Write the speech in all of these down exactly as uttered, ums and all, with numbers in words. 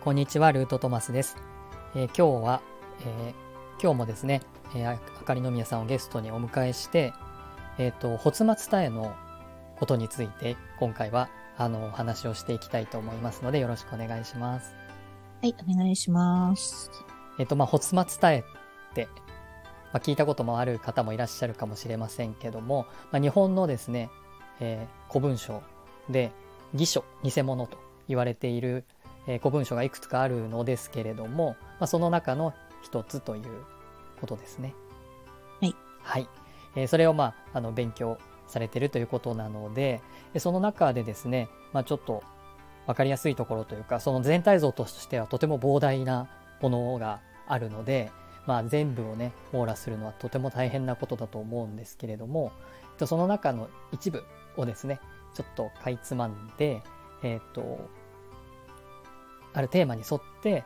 こんにちは、ルートトマスです。えー今日は、えー今日もですね、えーああかりの宮さんをゲストにお迎えして、えっと、発末多恵のことについて、今回は、あの、お話をしていきたいと思いますので、よろしくお願いします。 はい、お願いします。 えっと、まあ、発末多恵って、まあ、聞いたこともある方もいらっしゃるかもしれませんけども、まあ、日本のですね、えー古文書で、偽書、偽物と言われている、えー古文書がいくつかあるのですけれども、まあ、その中の一つということですね。 はい。 はい。えーそれを、まあ、あの勉強されているということなので、えーその中でですね、まあ、ちょっと分かりやすいところというか、その全体像としてはとても膨大なものがあるので、まあ、全部をね網羅するのはとても大変なことだと思うんですけれども、えっとその中の一部をですねちょっとかいつまんで、えっとあるテーマに沿って、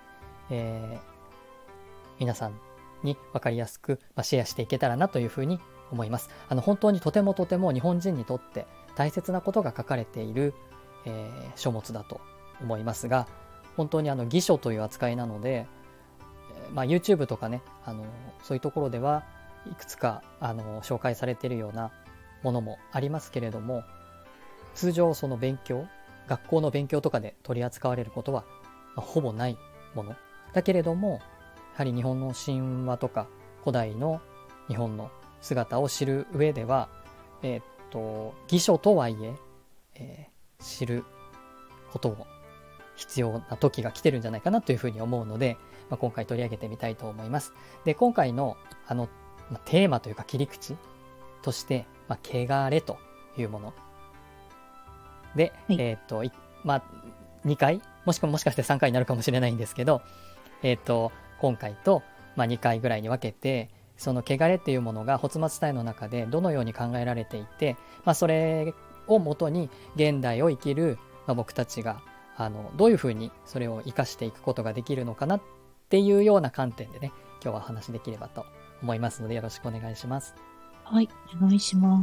えー皆さんに分かりやすく、まあ、シェアしていけたらなというふうに思います。あの本当にとてもとても日本人にとって大切なことが書かれている、えー書物だと思いますが、本当にあの偽書という扱いなので、えーまあ、YouTube とかね、あのそういうところではいくつかあの紹介されているようなものもありますけれども、通常その勉強学校の勉強とかで取り扱われることは、まあ、ほぼないものだけれども、やはり日本の神話とか古代の日本の姿を知る上では、えーっと偽書とはいええー知ることも必要な時が来てるんじゃないかなというふうに思うので、まあ、今回取り上げてみたいと思います。で、今回のあの、まあ、テーマというか切り口として、まあ、汚れというもので、 はい。 えっと、いまあ、にかい、もしくはもしかしてさんかいになるかもしれないんですけど、えっと、今回と、まあ、にかいぐらいに分けて、その汚れっていうものが発末多恵の中でどのように考えられていて、まあ、それをもとに現代を生きる、まあ、僕たちがあのどういうふうにそれを生かしていくことができるのかなっていうような観点でね、今日はお話しできればと思いますので、よろしくお願いします。 はい、お願いします。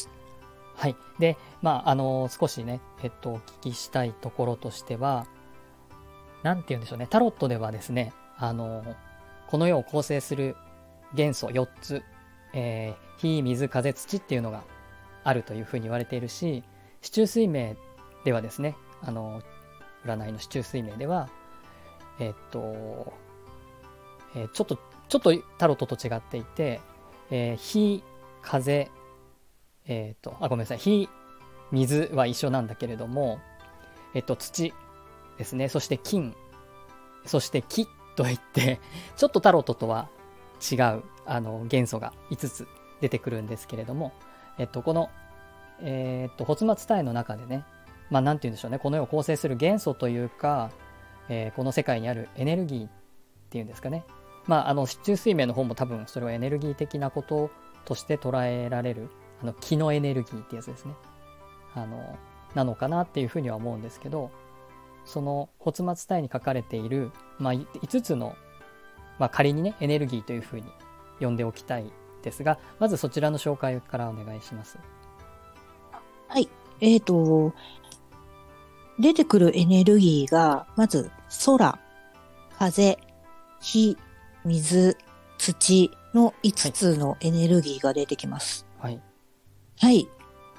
はい。で、まあ、あの、少しね、えっと、お聞きしたいところとしては、なんて言うんでしょうね、タロットではですね、あの、この世を構成する元素よっつ、えー火、水、風、土っていうのがあるというふうに言われているし、四柱推命ではですね、あの、占いの四柱推命では、えっと、えーちょっと、ちょっとタロットと違っていて、えー火、風、えっと、あ、ごめんなさい、火、水は一緒なんだけれども、えっと、土ですね、そして金、そして木といって、ちょっとタロットとは違うあの元素がいつつ出てくるんですけれども、えっと、この、えっと、発末多恵の中でね、まあ、なんて言うんでしょうね、この世を構成する元素というか、えーこの世界にあるエネルギーっていうんですかね。まあ、あの、四柱推命の方も多分それをエネルギー的なこととして捉えられる、あの、気のエネルギーってやつですね。あの、なのかなっていうふうには思うんですけど、その発末多恵に書かれている、まあ、いつつの、まあ、仮にねエネルギーというふうに呼んでおきたいですが、まずそちらの紹介からお願いします。 はい。えっと、出てくるエネルギーが、まず、空、風、火、水、土の5 はいつのエネルギーが出てきます。 はい。 はい。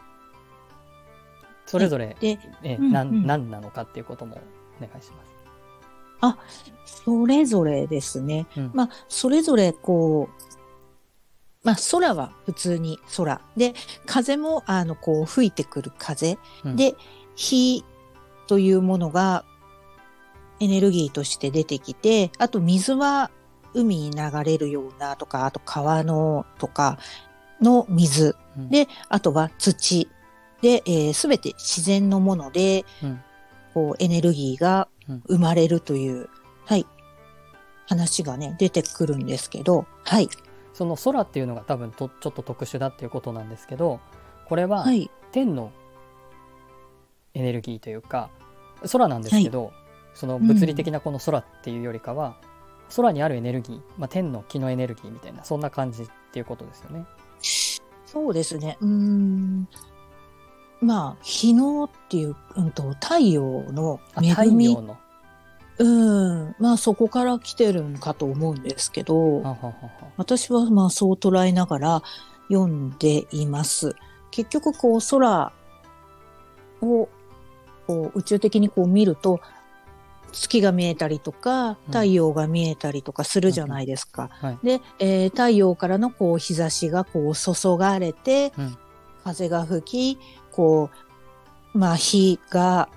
はい。 それぞれで、 えうんうん。 何何なのかっていうこともお願いします。 あ、それぞれですね。 うん。 まあ、それぞれこう、まあ、空は普通に空。で、風も、あの、こう、吹いてくる風。 うんで、火というものがエネルギーとして出てきて、あと水は海に流れるようなとか、あと川のとかの水。 うんで、あとは土。で、す、べ、て自然のもので、 うんこう、エネルギーがうん。 生まれるという、はい、話がね、出てくるんですけど、はい。 その空っていうのが多分とちょっと特殊だっていうことなんですけど、これははい。 天のエネルギーというか空なんではい。 すけど、そのうん。 物理的なこの空っていうよりかは空にあるエネルギー、まあ、天の気のエネルギーみたいな、そんな感じっていうことですよね。 そうですね。うーん。まあ、日のっていう、うんと、太陽のあ、 恵み、 太陽の。 うん、まあそこから来てるんかと思うんですけど、 はははは。 私はまあそう捉えながら読んでいます。結局こう空をこう宇宙的にこう見ると月が見えたりとか太陽が見えたりとかするじゃないですか。 うんはい、 で、えー、太陽からのこう日差しがこう注がれて、 うん、 風が吹き、こう、まあ火が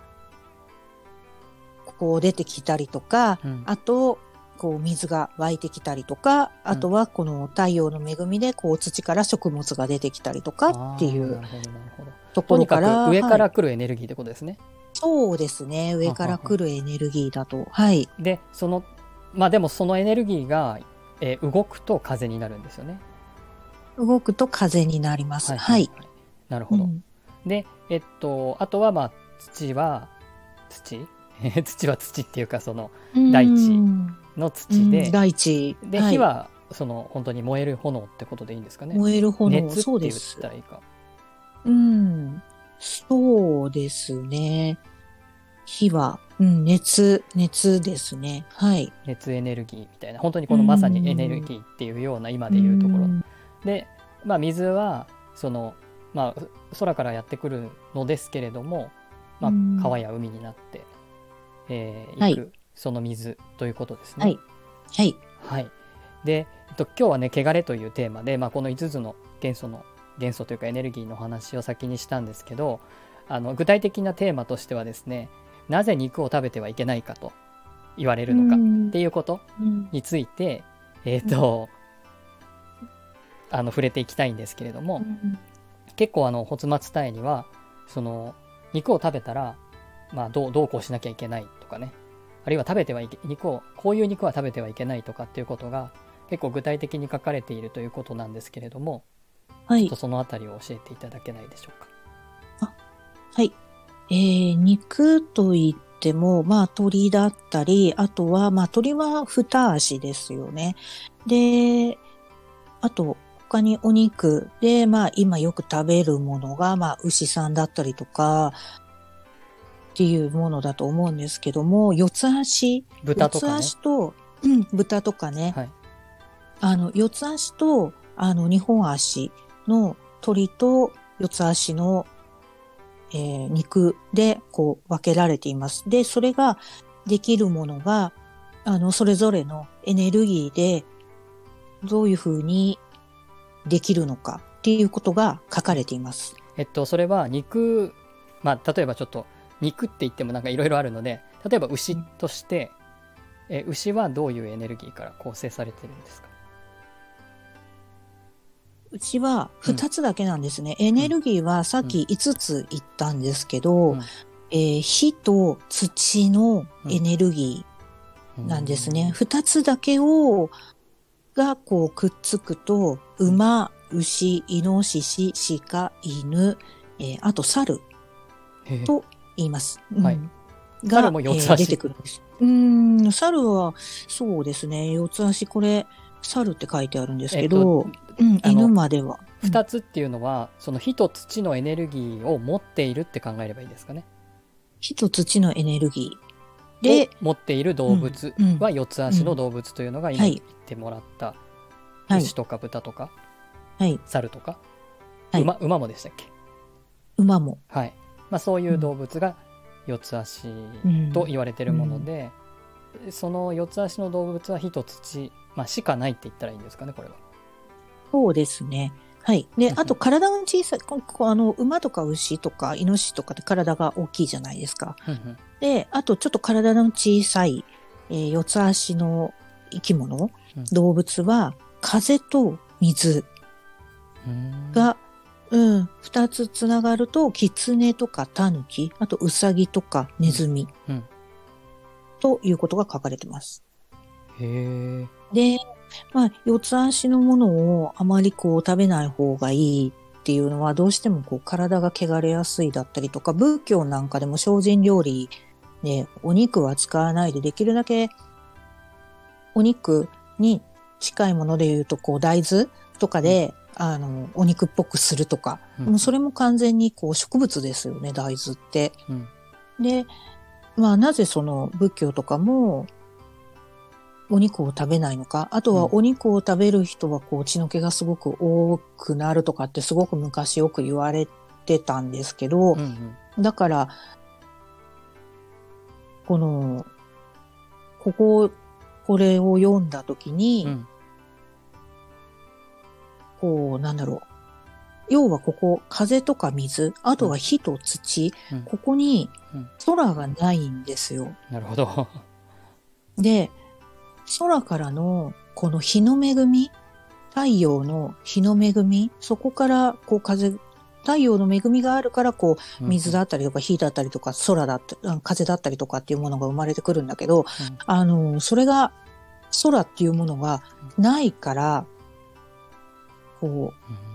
こう出てきたりとか、 うん、 あと、こう水が湧いてきたりとか、あとはこの太陽の恵みでこう土から食物が出てきたりとかっていうところから、 とにかく上から来るエネルギーってことですね。 はい、そうですね。上から来るエネルギーだと。はい。 で、その、まあでもそのエネルギーが、えー、動くと風になるんですよね。 動くと風になります。はい。はいはい、 なるほど。うん、で、えっと、あとはまあ土は土土は土っていうかその大地の土で、 大地で、はい、火はその本当に燃える炎ってことでいいんですかね。 燃える炎、 熱って言ったらいいか。 うん、そうですね。火は、うん、熱熱ですね。はい。 熱エネルギーみたいな、本当にこのまさにエネルギーっていうような今でいうところで、まあ水はそのまあ空からやってくるのですけれども、まあ川や海になってえー、行く、はい、その水ということですね。 はい。はい。 はい。で、えっと、今日はね、汚れというテーマで、まあ、このいつつの元素の、元素というかエネルギーの話を先にしたんですけど、あの、具体的なテーマとしてはですね、なぜ肉を食べてはいけないかと言われるのかっていうことについて、えっと、あの、触れていきたいんですけれども、結構あの、発末体には、その、肉を食べたら、まあ、どう、どうこうしなきゃいけないとかね。あるいは食べてはいけ、肉を、こういう肉は食べてはいけないとかっていうことが結構具体的に書かれているということなんですけれども、はい、ちょっとそのあたりを教えていただけないでしょうか。 あ、はい。えー、肉といっても、まあ鳥だったり、あとは、まあ鳥は二足ですよね。で、あと、他にお肉で、まあ今よく食べるものが、まあ牛さんだったりとか、っていうものだと思うんですけども、四つ足、 豚とかね、 四つ足と、うん、豚とかね、はい、あの四つ足とあの二本足の鳥と四つ足の、えー、肉でこう分けられています。で、それができるものがあのそれぞれのエネルギーでどういうふうにできるのかっていうことが書かれています。 えっとそれは肉、まあ例えばちょっと肉って言ってもなんかいろいろあるので、例えば牛として、うん、え牛はどういうエネルギーから構成されてるんですか？ 牛はふたつだけなんですね、うん、エネルギーはさっきいつつ言ったんですけど、うんえー、火と土のエネルギーなんですね、うん、ふたつだけをがこうくっつくと馬、牛、イノシシ、鹿、犬、えー、あと猿と言います。 はい。 うん、 が、猿も四つ足、 えー、出てくるんです。うーん、猿は、そうですね、四つ足、これ、猿って書いてあるんですけど、えっと、うん、犬までは。 二つっていうのは、その火と土のエネルギーを持っているって考えればいいですかね。 火と土のエネルギーで、 持っている動物は四つ足の動物というのが今言ってもらった、はい、牛とか豚とか、はい、猿とか、はい、馬、馬もでしたっけ？ 馬も。 はい。まあ、そういう動物が四つ足と言われているもので、うんうん、その四つ足の動物は火と土、まあ、しかないって言ったらいいんですかね、これは。 そうですね。はい。で、あと体が小さい、あの、馬とか牛とかイノシシとかって体が大きいじゃないですか。うんうん、で、あとちょっと体の小さい、えー、四つ足の生き物、うん、動物は風と水が、うん、二つつながると、キツネとかタヌキ、あとウサギとかネズミ、うんうん、ということが書かれてます。 へー。 で、まあ、四つ足のものをあまりこう食べない方がいいっていうのは、どうしてもこう体が汚れやすいだったりとか、仏教なんかでも精進料理でお肉は使わないで、できるだけお肉に近いもので言うと、こう大豆とかで、うんあの、お肉っぽくするとか、うん、でもそれも完全にこう植物ですよね、大豆って。うん、で、 まあなぜその仏教とかもお肉を食べないのか、あとはお肉を食べる人はこう血の気がすごく多くなるとかってすごく昔よく言われてたんですけど、 うんうん、 だからこのこここれを読んだ時に、 うんこうなんだろう、要はここ風とか水、あとは火と土、 うん、 ここにうん空がないんですよ。 なるほど。 で、空からのこの日の恵み、太陽の日の恵み、そこからこう風、太陽の恵みがあるからこう水だったりとか火だったりとか空だったり風だったりとかっていうものが生まれてくるんだけど、 うん、 あのそれが空っていうものがないからこ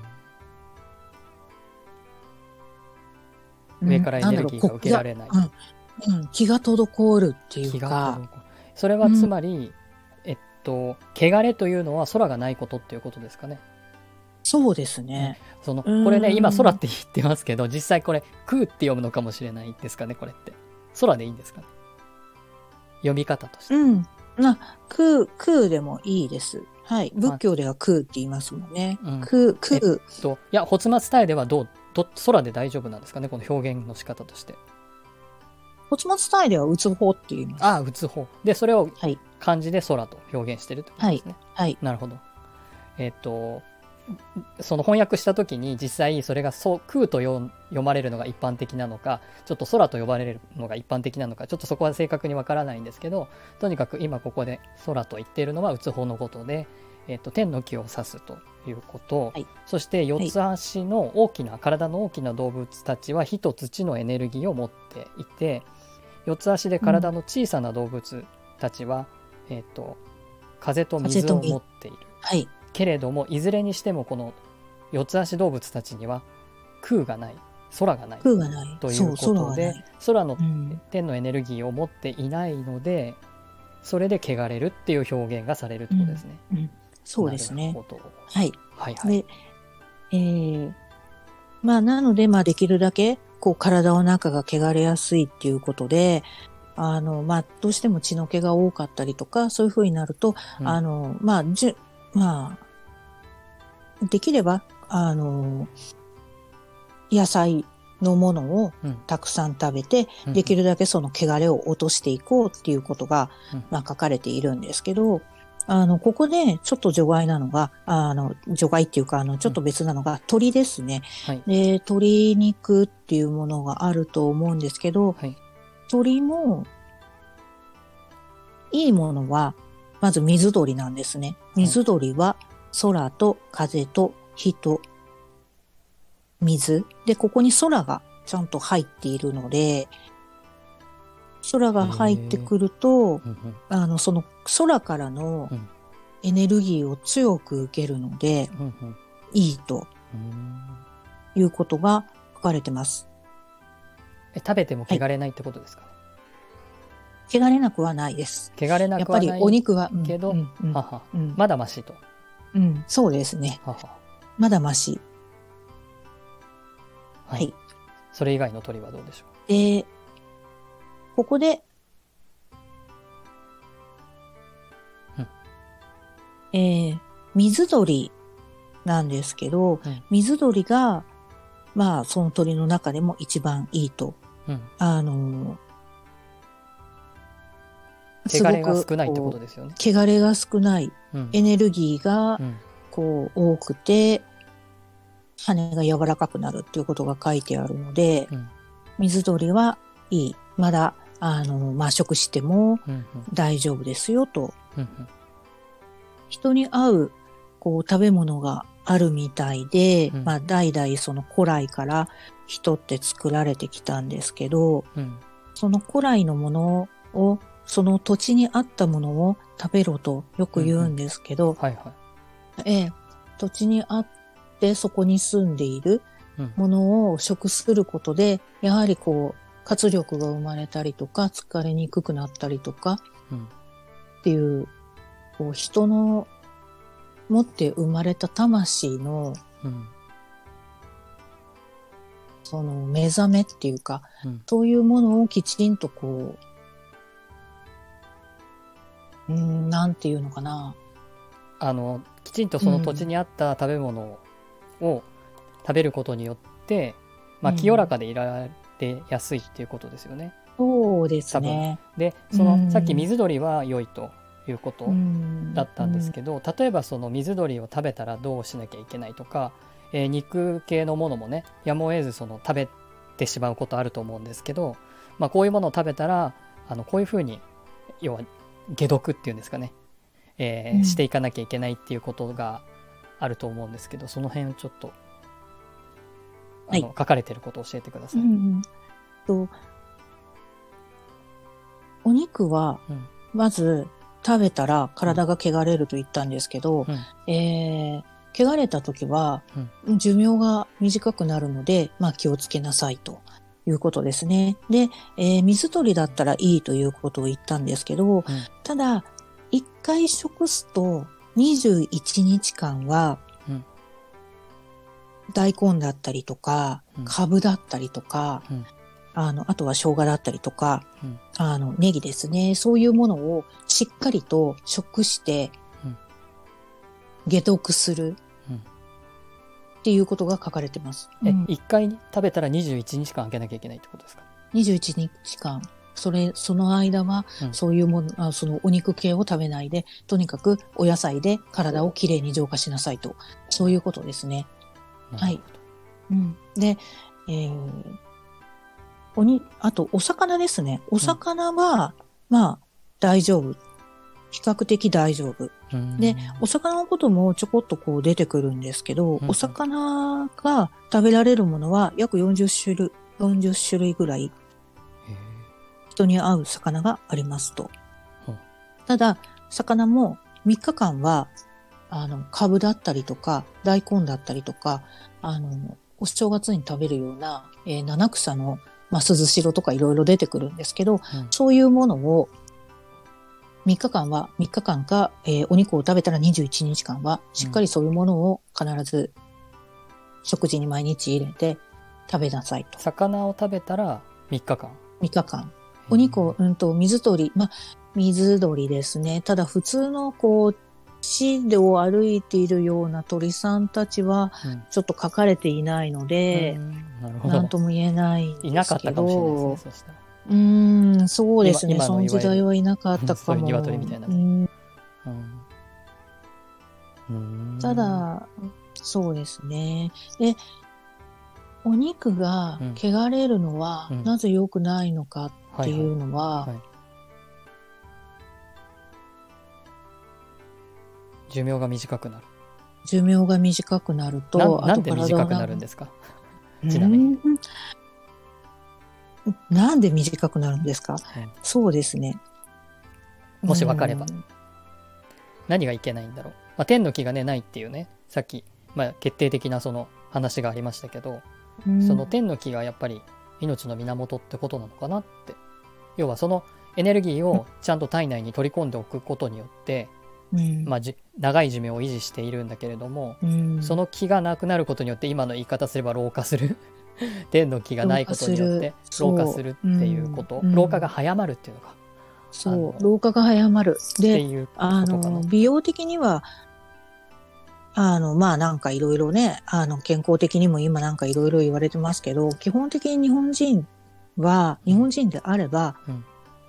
う、 う上からエネルギーが受けられない。 うんうん、気が滞るっていう気がか、 滞る。それはつまり、うん、えっと汚れというのは空がないことっていうことですかね。 そうですね。 そのこれね、今空って言ってますけど、実際これ空って読むのかもしれないですかね。これって空でいいんですかね、読み方として。 うん、な空空でもいいです。はい、仏教では空って言いますもんね。うん、空空。 えっといや、仏松伝えではどうど空で大丈夫なんですかね、この表現の仕方として。 仏松伝えではうつほって言います。 ああ、うつほで、それを漢字で空と表現してるってことですね。 はい、はい、 なるほど。えっとその翻訳した時に実際それがそう空と読まれるのが一般的なのか、ちょっと空と呼ばれるのが一般的なのか、ちょっとそこは正確にわからないんですけど、とにかく今ここで空と言っているのはうつほのことで、えっと、天の木を指すということ、はい、そして四つ足の大きな、はい、体の大きな動物たちは火と土のエネルギーを持っていて、四つ足で体の小さな動物たちは、うん、えっと、風と水を持っている。 はい、 けれどもいずれにしてもこの四つ足動物たちには空がない、空がない空がないということで、空の天のエネルギーを持っていないので、うん、それで汚れるっていう表現がされるってことですね。 うんうん、そうですね。はい、 はいはい。 で、えー、まあなのでまあできるだけこう体の中が汚れやすいっていうことで、あのまあどうしても血の気が多かったりとかそういう風になると、うん、あのまあじゅまあできれば、あの、野菜のものをたくさん食べて、うん、できるだけその汚れを落としていこうっていうことが、うん、まあ書かれているんですけど、あの、ここでちょっと除外なのが、あの、除外っていうか、あの、ちょっと別なのが、うん、鶏ですね、はい。で、鶏肉っていうものがあると思うんですけど、はい、鶏も、いいものは、まず水鳥なんですね。水鳥は、空と風と火と水で、ここに空がちゃんと入っているので、空が入ってくると、あのその空からのエネルギーを強く受けるので、うんうん、いいということが書かれてます。 え、食べても汚れないってことですかね。 はい、汚れなくはないです。 汚れなくはない。 やっぱりお肉はけど、うんうん、ははうん、まだマシと。 うん、そうですね。ははまだマシ。 はい。はい、それ以外の鳥はどうでしょう。で、ここで、うん、えー、水鳥なんですけど、うん、水鳥が、まあ、その鳥の中でも一番いいと。うん、あの、 汚れが少ないってことですよね。 汚れが少ない。うん、エネルギーが、こう、多くて、羽が柔らかくなるっていうことが書いてあるので、うん、水鳥はいい。まだ、あの、まあ、食しても大丈夫ですよと。うんうん、人に合う、こう、食べ物があるみたいで、うん、まあ、代々その古来から人って作られてきたんですけど、うん、その古来のものを、その土地に合ったものを食べろとよく言うんですけど、ええ、土地に合ってそこに住んでいるものを食することで、やはりこう、活力が生まれたりとか、疲れにくくなったりとか、っていう、こう人の持って生まれた魂の、うん、その目覚めっていうか、うん、そういうものをきちんとこう、 うん、なんていうのかな。 あのきちんとその土地に合った食べ物を食べることによって、まあ、清らかでいられやすいっていうことですよね。 そうですね。 でその、 うん、 さっき水鳥は良いということだったんですけど、例えばその水鳥を食べたらどうしなきゃいけないとか、えー、肉系のものもねやむを得ずその食べてしまうことあると思うんですけど、まあ、こういうものを食べたらあのこういうふうに要は解毒っていうんですかね、えーうん、していかなきゃいけないっていうことがあると思うんですけど、その辺をちょっとあの、はい、書かれてることを教えてください。うん、 とお肉はまず食べたら体が汚れると言ったんですけど、うん、えー、汚れた時は寿命が短くなるので、まあ、気をつけなさいということですね。で、えー、水鳥だったらいいということを言ったんですけど、うん、ただ一回食すとにじゅういちにちかんは、うん、大根だったりとか、うん、カブだったりとか、うん、あの、あとは生姜だったりとか、うん、あの、ネギですね。そういうものをしっかりと食して、うん、解毒する、うん、っていうことが書かれてます。 え、うん、いっかい食べたらにじゅういちにちかん空けなきゃいけないってことですか？ にじゅういちにちかん。それ、その間は、そういうもの、うん、あそのお肉系を食べないで、とにかくお野菜で体をきれいに浄化しなさいと。そういうことですね。はい。うん、で、えーおに、あと、お魚ですね。お魚は、うん、まあ、大丈夫。比較的大丈夫。で、お魚のこともちょこっとこう出てくるんですけど、うん、お魚が食べられるものは約よんじゅっしゅるい、よんじゅっしゅるいぐらい、人に合う魚がありますと。ただ、魚もみっかかんは、あの、カブだったりとか、大根だったりとか、あの、お正月に食べるような、えー、七草のまあ、鈴代とかいろいろ出てくるんですけど、うん、そういうものをみっかかんは、みっかかんか、えー、お肉を食べたらにじゅういちにちかんは、しっかりそういうものを必ず食事に毎日入れて食べなさいと。 魚を食べたらみっかかん ? みっかかん。お肉を、うんと、水鳥、まあ、水鳥ですね。ただ普通のこう、地を歩いているような鳥さんたちはちょっと書かれていないので、うん、なんとも言えないんですけど。 いなかったかもしれないですね、そうしたら。 うーん、そうですね。その時代はいなかったかも。 そういう鶏みたいな。うんうん、ただ、そうですね。で、お肉が汚れるのはなぜ良くないのかっていうのは、 寿命が短くなる。 寿命が短くなると、 ななんで短くなるんですか？ちなみに。 なんで短くなるんですか？うん、そうですね。 もし分かれば。何がいけないんだろう。まあ、天の気がね、ないっていうね、さっき、まあ、決定的なその話がありましたけど、うん、その天の気がやっぱり命の源ってことなのかなって。要はそのエネルギーをちゃんと体内に取り込んでおくことによって、うんまあ、じ長い寿命を維持しているんだけれども、うん、その気がなくなることによって今の言い方すれば老化する天の気がないことによって老化するっていうこと、うん、老化が早まるっていうのか、 そう老化が早まるで、あの美容的にはあのまあなんかいろいろね、あの健康的にも今なんかいろいろ言われてますけど、基本的に日本人は日本人であれば、うん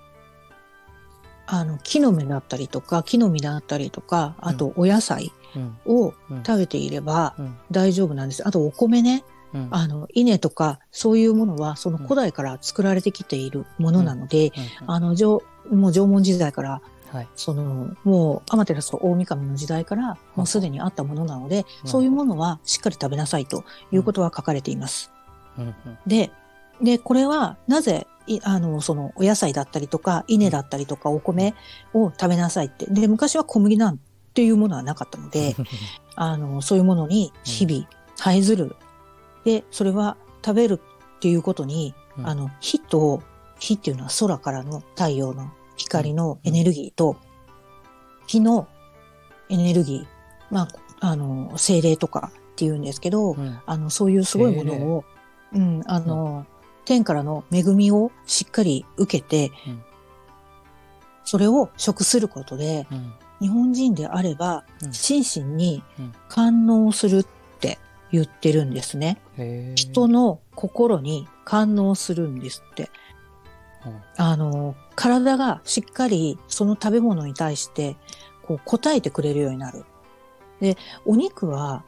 あの木の芽だったりとか木の実だったりとか、あとお野菜を食べていれば大丈夫なんです。あとお米ね、うん、あの稲とかそういうものはその古代から作られてきているものなので、あの縄もう縄文時代から、はい、そのもう天照大神の時代からもうすでにあったものなので、うん、そういうものはしっかり食べなさいということは書かれています。うんうんうん、ででこれはなぜあの、その、お野菜だったりとか、稲だったりとか、お米を食べなさいって。で、昔は小麦なんていうものはなかったので、あの、そういうものに日々、這いずる。で、それは食べるっていうことに、うん、あの、火と、火っていうのは空からの太陽の光のエネルギーと、火のエネルギー、まあ、あの、精霊とかっていうんですけど、うん、あの、そういうすごいものを、うん、あの、うん天からの恵みをしっかり受けて、うん、 それを食することで、 うん、 日本人であれば、 うん、 心身にうん感応するって言ってるんですね。 へー人の心に感応するんですって。 うん、 あの、体がしっかりその食べ物に対してこう答えてくれるようになる。で、お肉は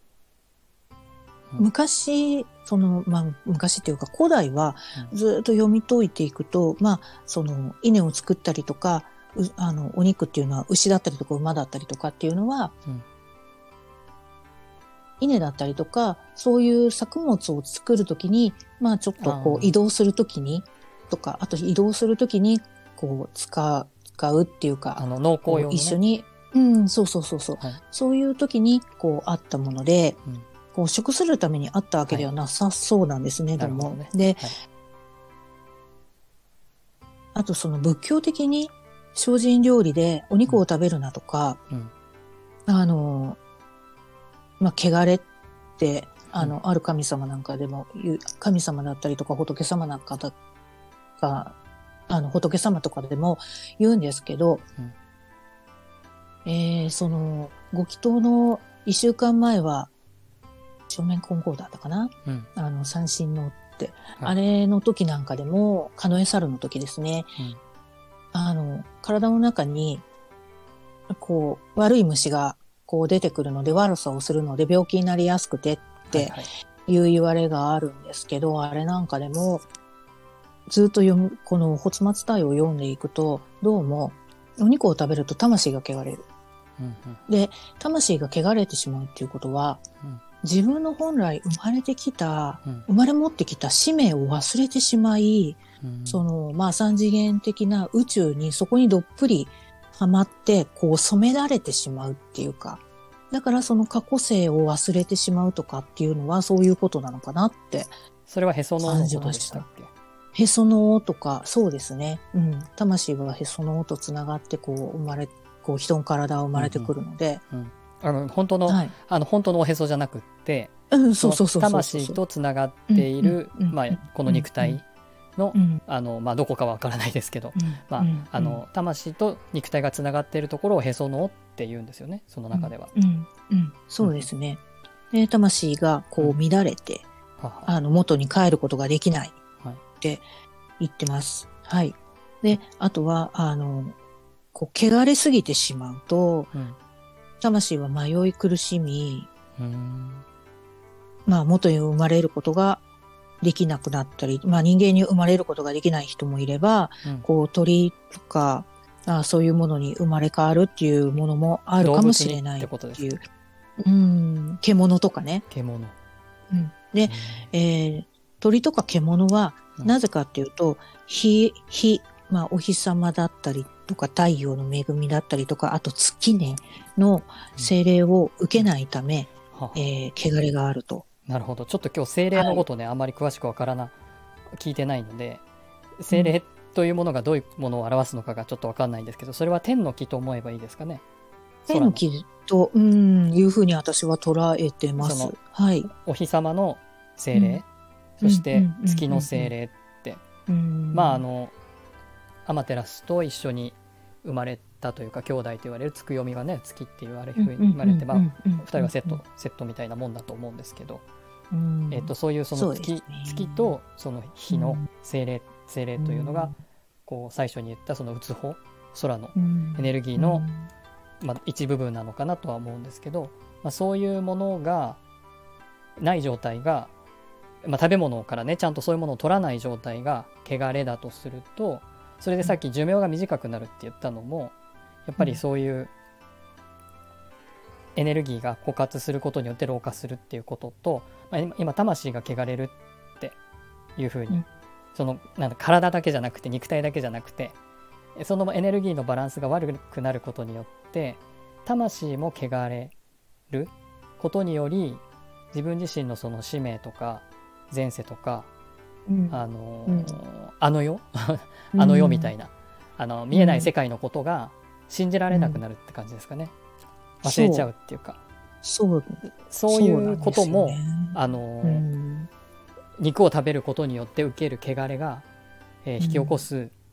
うん昔、その、まあ、昔っていうか古代はうんずっと読み解いていくと、まあ、その稲を作ったりとか、うあの、お肉っていうのは牛だったりとか馬だったりとかっていうのは、 うん稲だったりとか、そういう作物を作るときに、まあちょっとこあーう移動するときにとか、あと移動するときにこう使う、使うっていうあか、 の農耕こう用のね、 一緒に、うん、そうそうそうそう。 はい、 そういうときにこうあったもので、 うん、 こう食するためにあったわけではなさそうなんですね、どうも。 なるほどね。 で、 はい、 あとその仏教的に精進料理でお肉を食べるなとか、 うんあの、まあ、汚れって、あの、 うある神様なんかでも言う、神様だったりとか仏様なんかだが、あの、仏様とかでも言うんですけど、 うんえー、その、ご祈祷の一週間前は、正面金剛だったかな、 うんあの、三神のって、 はいあれの時なんかでも、カノエサルの時ですね、 うんあの、体の中に、こう、悪い虫が、こう出てくるので、悪さをするので病気になりやすくてってはいはいいう言われがあるんですけど、あれなんかでも、ずっと読む、この発末体を読んでいくと、どうも、お肉を食べると魂が汚れる。 うんで、魂が汚れてしまうっていうことは、 うん自分の本来生まれてきた、 うん生まれ持ってきた使命を忘れてしまい、 うんその、まあ、三次元的な宇宙にそこにどっぷりはまって、こう染められてしまうっていうか、だからその過去性を忘れてしまうとかっていうのはそういうことなのかなって。 それはへその緒のことでしたっけ？ へその緒とか、そうですね。うん。魂はへその緒とつながってこう生まれ、こう人の体が生まれてくるので。 うんうん、あの本当の、 はい、 あの本当のおへそじゃなくって、 うん、そうそうそうそうそう。 魂とつながっている、 うんうんまあ、この肉体の、 うん、 あのまあ、どこかはわからないですけど、 うん、 まあ、 うんあの魂と肉体がつながっているところをへその緒って言うんですよね、その中では。 うん、うんうん、そうですね。で、魂がこう乱れて、 ははあの元に帰ることができないはいって言ってます。はい。で、あとは、あの、こう、汚れすぎてしまうと、 うん魂は迷い苦しみ、 うーんまあ、元に生まれることができなくなったり、まあ、人間に生まれることができない人もいれば、 うんこう、鳥とか、あそういうものに生まれ変わるっていうものもあるかもしれないって動物にってこという。 ですうん、獣とかね。 獣、 うん、で、えー鳥とか獣は、 うんなぜかっていうと、日、日、まあ、お日様だったりとか、太陽の恵みだったりとか、あと月ねの精霊を受けないため、 ははえー汚れがあると。 なるほど。ちょっと今日精霊のことね、あんまり詳しくわからな聞いてないので、精霊というものがどういうものを表すのかがちょっとわかんないんですけど、それは天の木と思えばいいですかね。 天の木と、うん、いうふうに私は捉えてますその。 はい。 お日様の精霊、そして月の精霊って、まああのアマテラスと一緒に生まれたというか兄弟と言われる月読みがね、月っていうあれふうに生まれて、まあふたりはセットセットみたいなもんだと思うんですけど、えっとそういうその月月とその日の精霊精霊というのがこう最初に言ったそのうつほ空のエネルギーのまあ一部分なのかなとは思うんですけど、まあそういうものがない状態が、まあ、食べ物からねちゃんとそういうものを取らない状態が汚れだとすると、それでさっき寿命が短くなるって言ったのもやっぱりそういうエネルギーが枯渇することによって老化するっていうことと、まあ、今魂が汚れるっていうふうに、そのなんだ体だけじゃなくて肉体だけじゃなくてそのエネルギーのバランスが悪くなることによって魂も汚れることにより自分自身のその使命とか前世とか、うん、あの、うん、あの世あの世みたいな、うん、あの見えない世界のことが信じられなくなるって感じですかね、うん、忘れちゃうっていうか、 そうそういうことも、ね、あの、 うん、 肉を食べることによって受ける汚れが、えー、引き起こす、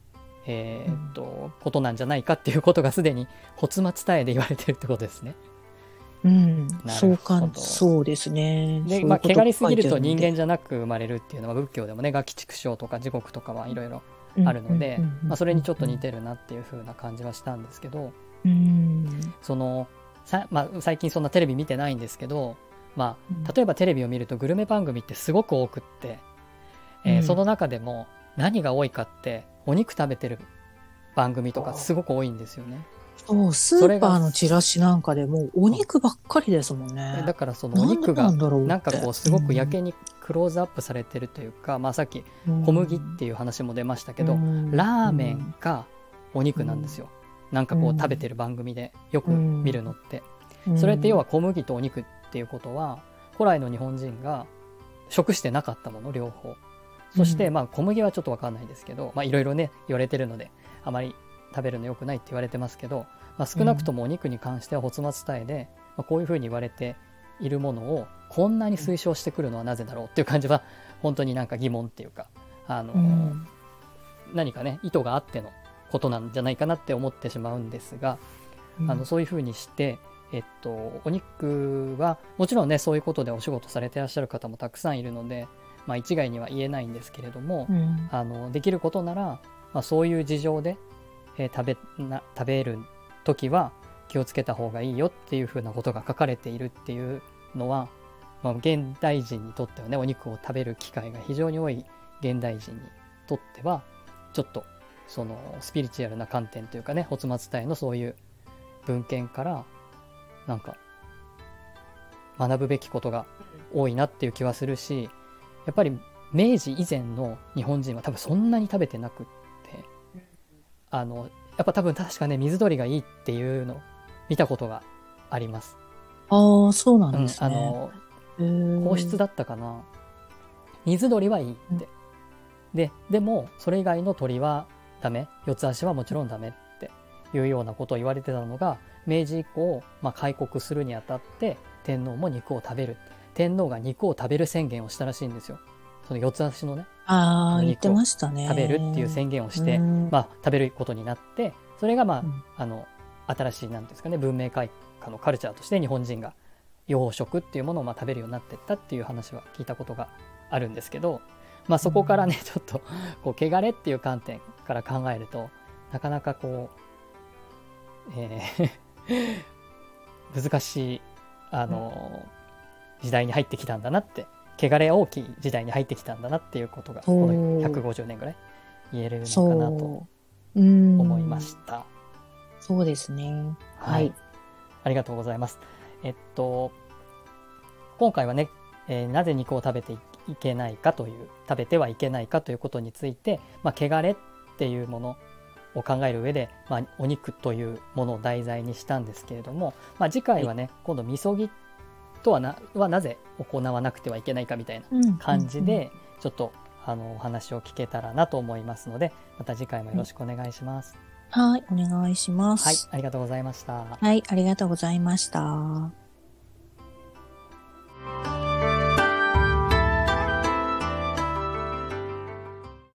えーっとことなんじゃないかっていうことがすでに発末伝えで言われてるってことですね。 うん、 なるそうかほど。 そうですね。 で、まあ、 そういうこと汚れすぎると書いてあるんで人間じゃなく生まれるっていうのは仏教でもね、餓鬼畜生とか地獄とかはいろいろうんあるので、 うんうんうんうんまあ、それにちょっと似てるなっていう風な感じはしたんですけど、 うんそのさ、まあ、最近そんなテレビ見てないんですけど、まうんあ、例えばテレビを見るとグルメ番組ってすごく多くって、えーうんその中でも何が多いかってお肉食べてる番組とかすごく多いんですよね。 そう、スそれがーパーのチラシなんかでもお肉ばっかりですもんね。 だからそのおなんで肉がなんだろうってなんかこうすごくやけにクローズアップされてるというか、まあ、さっき小麦っていう話も出ましたけど、ラーメンがお肉なんですよ。なんかこう食べてる番組でよく見るのって、それって要は小麦とお肉っていうことは古来の日本人が食してなかったもの両方。そしてまあ小麦はちょっと分かんないですけど、まあいろいろね言われてるのであまり食べるの良くないって言われてますけど、まあ、少なくともお肉に関しては発末伝えで、まあ、こういうふうに言われているものをこんなに推奨してくるのはなぜだろうっていう感じは本当になんか疑問っていうか、あの、うん、何かね意図があってのことなんじゃないかなって思ってしまうんですが、うん、あのそういうふうにして、えっと、お肉はもちろんねそういうことでお仕事されていらっしゃる方もたくさんいるので、まあ、一概には言えないんですけれども、うん、あのできることなら、まあ、そういう事情で、えー、食べな食べる時は気をつけた方がいいよっていうふうなことが書かれているっていうのは、まあ、現代人にとってはねお肉を食べる機会が非常に多い現代人にとってはちょっとそのスピリチュアルな観点というかね発末伝えのそういう文献からなんか学ぶべきことが多いなっていう気はするし、やっぱり明治以前の日本人は多分そんなに食べてなくって、あのやっぱ多分確かね水鳥がいいっていうのを見たことがあります。 ああそうなんですね。 うん、あの皇室だったかな、水鳥はいいって、うん、ででもそれ以外の鳥はダメ、四つ足はもちろんダメっていうようなことを言われてたのが明治以降、まあ、開国するにあたって天皇も肉を食べる、天皇が肉を食べる宣言をしたらしいんですよ。その四つ足のねあ言ってましたね食べるっていう宣言をして、まあ、食べることになって、それがまあ、うん、あの新しいなんですかね文明開化のカルチャーとして日本人が洋食っていうものをまあ食べるようになっていったっていう話は聞いたことがあるんですけど、まあ、そこからね、うん、ちょっとこう汚れっていう観点から考えるとなかなかこう、えー、難しいあの、うん、時代に入ってきたんだなって、汚れ大きい時代に入ってきたんだなっていうことがこのひゃくごじゅうねんぐらい言えるのかなと思いました。 そう、そうですね、 はい、はい、ありがとうございます。えっと今回はね、えー、なぜ肉を食べていけないかという食べてはいけないかということについて、まあ、汚れっていうものを考える上で、まあ、お肉というものを題材にしたんですけれども、まあ、次回はね、はい、今度みそぎとは な, はなぜ行わなくてはいけないかみたいな感じでちょっとあのお話を聞けたらなと思いますので、また次回もよろしくお願いします。 はい、お願いします。 はい、ありがとうございました。 はい、ありがとうございました。